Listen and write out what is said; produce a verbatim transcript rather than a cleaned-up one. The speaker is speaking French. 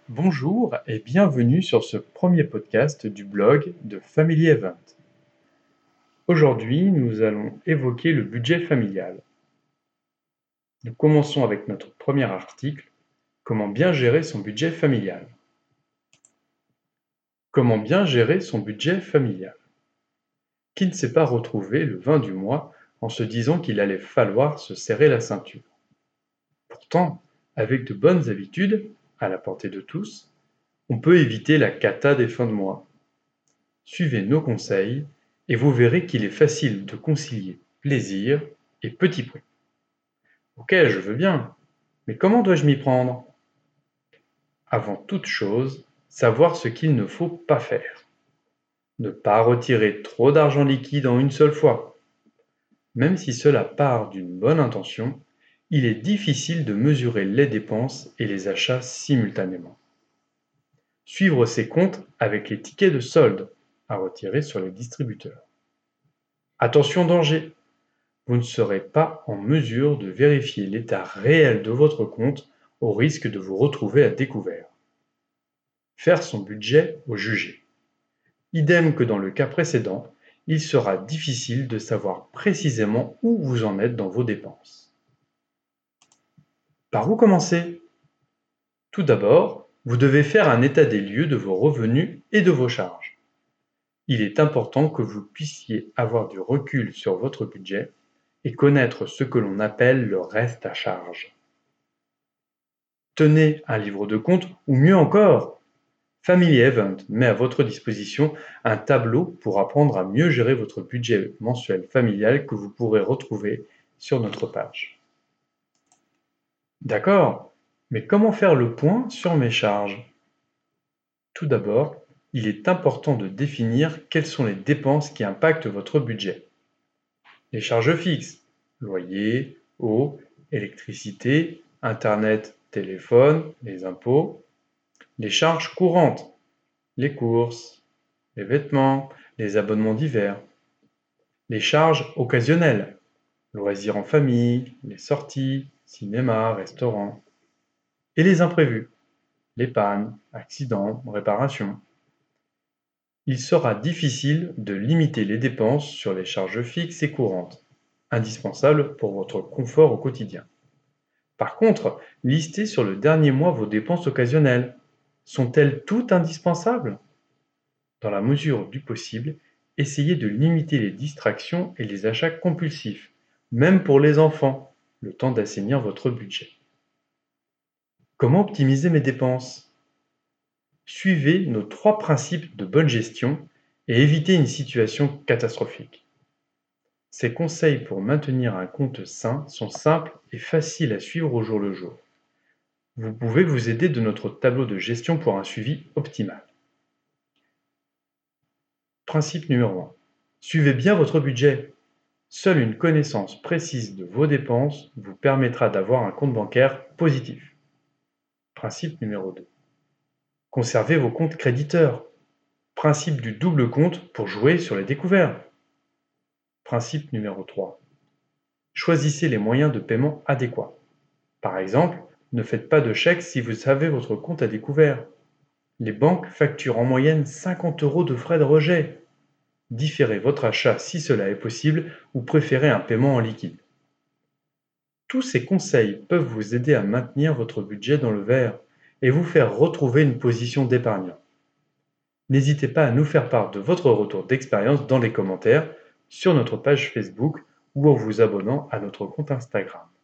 Bonjour et bienvenue sur ce premier podcast du blog de Family Event. Aujourd'hui, nous allons évoquer le budget familial. Nous commençons avec notre premier article, comment bien gérer son budget familial. Comment bien gérer son budget familial? Qui ne s'est pas retrouvé le vingt du mois en se disant qu'il allait falloir se serrer la ceinture? Pourtant, avec de bonnes habitudes, à la portée de tous, on peut éviter la cata des fins de mois. Suivez nos conseils et vous verrez qu'il est facile de concilier plaisir et petits bruits. Ok, je veux bien, mais comment dois-je m'y prendre? Avant toute chose, savoir ce qu'il ne faut pas faire. Ne pas retirer trop d'argent liquide en une seule fois. Même si cela part d'une bonne intention, il est difficile de mesurer les dépenses et les achats simultanément. Suivre ses comptes avec les tickets de solde à retirer sur les distributeurs. Attention danger! Vous ne serez pas en mesure de vérifier l'état réel de votre compte au risque de vous retrouver à découvert. Faire son budget au jugé. Idem que dans le cas précédent, il sera difficile de savoir précisément où vous en êtes dans vos dépenses. Par où commencer? Tout d'abord, vous devez faire un état des lieux de vos revenus et de vos charges. Il est important que vous puissiez avoir du recul sur votre budget et connaître ce que l'on appelle le reste à charge. Tenez un livre de compte ou mieux encore, Family Event met à votre disposition un tableau pour apprendre à mieux gérer votre budget mensuel familial que vous pourrez retrouver sur notre page. D'accord, mais comment faire le point sur mes charges? Tout d'abord, il est important de définir quelles sont les dépenses qui impactent votre budget. Les charges fixes, loyer, eau, électricité, internet, téléphone, les impôts. Les charges courantes, les courses, les vêtements, les abonnements divers. Les charges occasionnelles, loisirs en famille, les sorties, cinéma, restaurant. Et les imprévus, les pannes, accidents, réparations. Il sera difficile de limiter les dépenses sur les charges fixes et courantes, indispensables pour votre confort au quotidien. Par contre, listez sur le dernier mois vos dépenses occasionnelles. Sont-elles toutes indispensables? Dans la mesure du possible, essayez de limiter les distractions et les achats compulsifs, même pour les enfants, le temps d'assainir votre budget. Comment optimiser mes dépenses? Suivez nos trois principes de bonne gestion et évitez une situation catastrophique. Ces conseils pour maintenir un compte sain sont simples et faciles à suivre au jour le jour. Vous pouvez vous aider de notre tableau de gestion pour un suivi optimal. Principe numéro un. Suivez bien votre budget. Seule une connaissance précise de vos dépenses vous permettra d'avoir un compte bancaire positif. Principe numéro deux. Conservez vos comptes créditeurs. Principe du double compte pour jouer sur les découvertes. Principe numéro trois. Choisissez les moyens de paiement adéquats. Par exemple, ne faites pas de chèque si vous savez votre compte à découvert. Les banques facturent en moyenne cinquante euros de frais de rejet. Différez votre achat si cela est possible ou préférez un paiement en liquide. Tous ces conseils peuvent vous aider à maintenir votre budget dans le vert et vous faire retrouver une position d'épargnant. N'hésitez pas à nous faire part de votre retour d'expérience dans les commentaires, sur notre page Facebook ou en vous abonnant à notre compte Instagram.